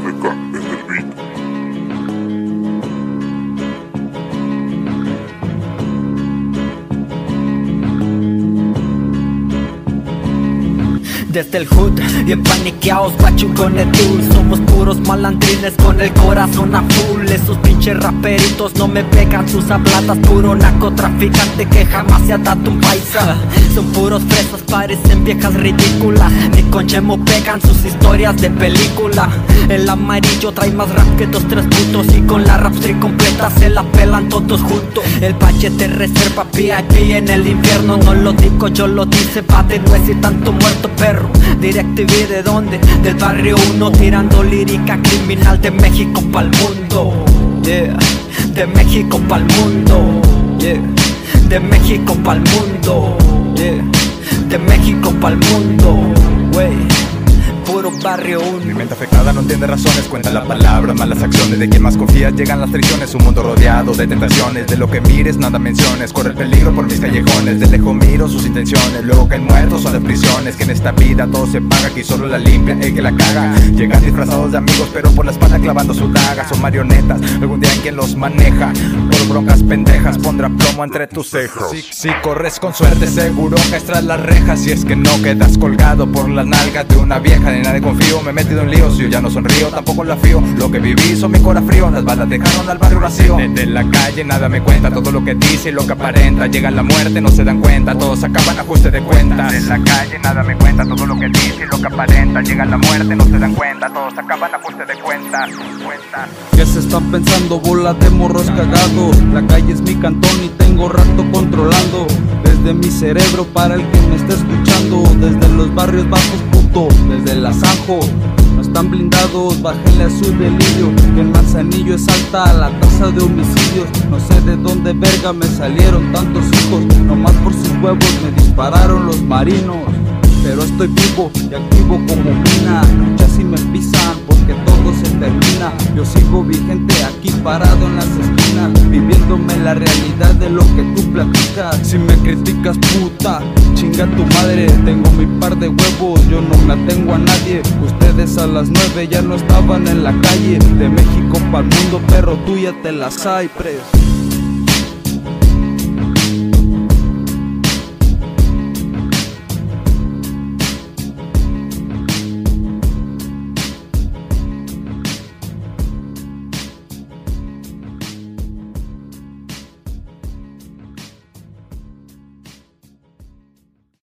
AMK en el beat. Desde el hood, bien paniqueados, guachu con el tool. Somos puros malandrines con el corazón a full. Esos pinches raperitos no me pegan sus habladas. Puro narcotraficante que jamás se ha dado un paisa. Son puros fresas, parecen viejas ridículas. Ni con Chemo pegan sus historias de película. El amarillo trae más rap que 2-3 putos. Y con la rapstream completa se la pelan todos juntos. El Valle te reserva VIP en el infierno. No lo digo, yo lo dice Bate, no es y tanto muerto perro. DirecTV, ¿de dónde? Del barrio 1, tirando lírica criminal de México pa'l mundo. Yeah, de México pa'l mundo. Yeah, de México pa'l mundo. Yeah, de México pa'l mundo. Wey, puro barrio 1. Mi mente afectada no entiende razones, cuenta la palabra, malas acciones. De quien más confías llegan las traiciones. Un mundo rodeado de tentaciones, de lo que mires nada menciones. Corre el peligro por mis callejones, de lejos miro sus intenciones. Luego caen muertos son las prisiones, que en esta vida todo se paga, aquí solo la limpia el que la caga. Llegan disfrazados de amigos pero por la espalda clavando su daga. Son marionetas, algún día en quien los maneja. Por broncas pendejas pondrá plomo entre tus cejas. Si corres con suerte seguro caes tras las rejas. Si es que no quedas colgado por la nalga de una vieja. De nadie confío, me he metido en líos. Yo ya no sonrío, tampoco la frío. Lo que viví son mi cora frío. Las balas dejaron al barrio vacío. Desde la calle nada me cuenta, todo lo que dice y lo que aparenta. Llega la muerte, no se dan cuenta, todos acaban ajuste de cuentas. Desde la calle nada me cuenta, todo lo que dice y lo que aparenta. Llega la muerte, no se dan cuenta, todos acaban ajuste de cuentas. ¿Qué se están pensando? Bola de morros cagados. La calle es mi cantón y tengo rato controlando. Desde mi cerebro para el que me está escuchando. Desde los barrios bajos, puto, desde la Sanjo. No están blindados, bájenle a su delirio. Que en Manzanillo es alta la tasa de homicidios. No sé de dónde verga me salieron tantos hijos. Nomás por sus huevos me dispararon los marinos. Pero estoy vivo y activo como mina. Lucha si me pisan porque todo se termina. Yo sigo vigente aquí parado en las esquinas, viviéndome la realidad de lo que tú platicas. Si me criticas puta, chinga tu madre. Tengo mi par de huevos, yo no me atengo a nadie. Ustedes a las 9 ya no estaban en la calle. De México pa'l mundo, perro, tú ya te las hay, pres.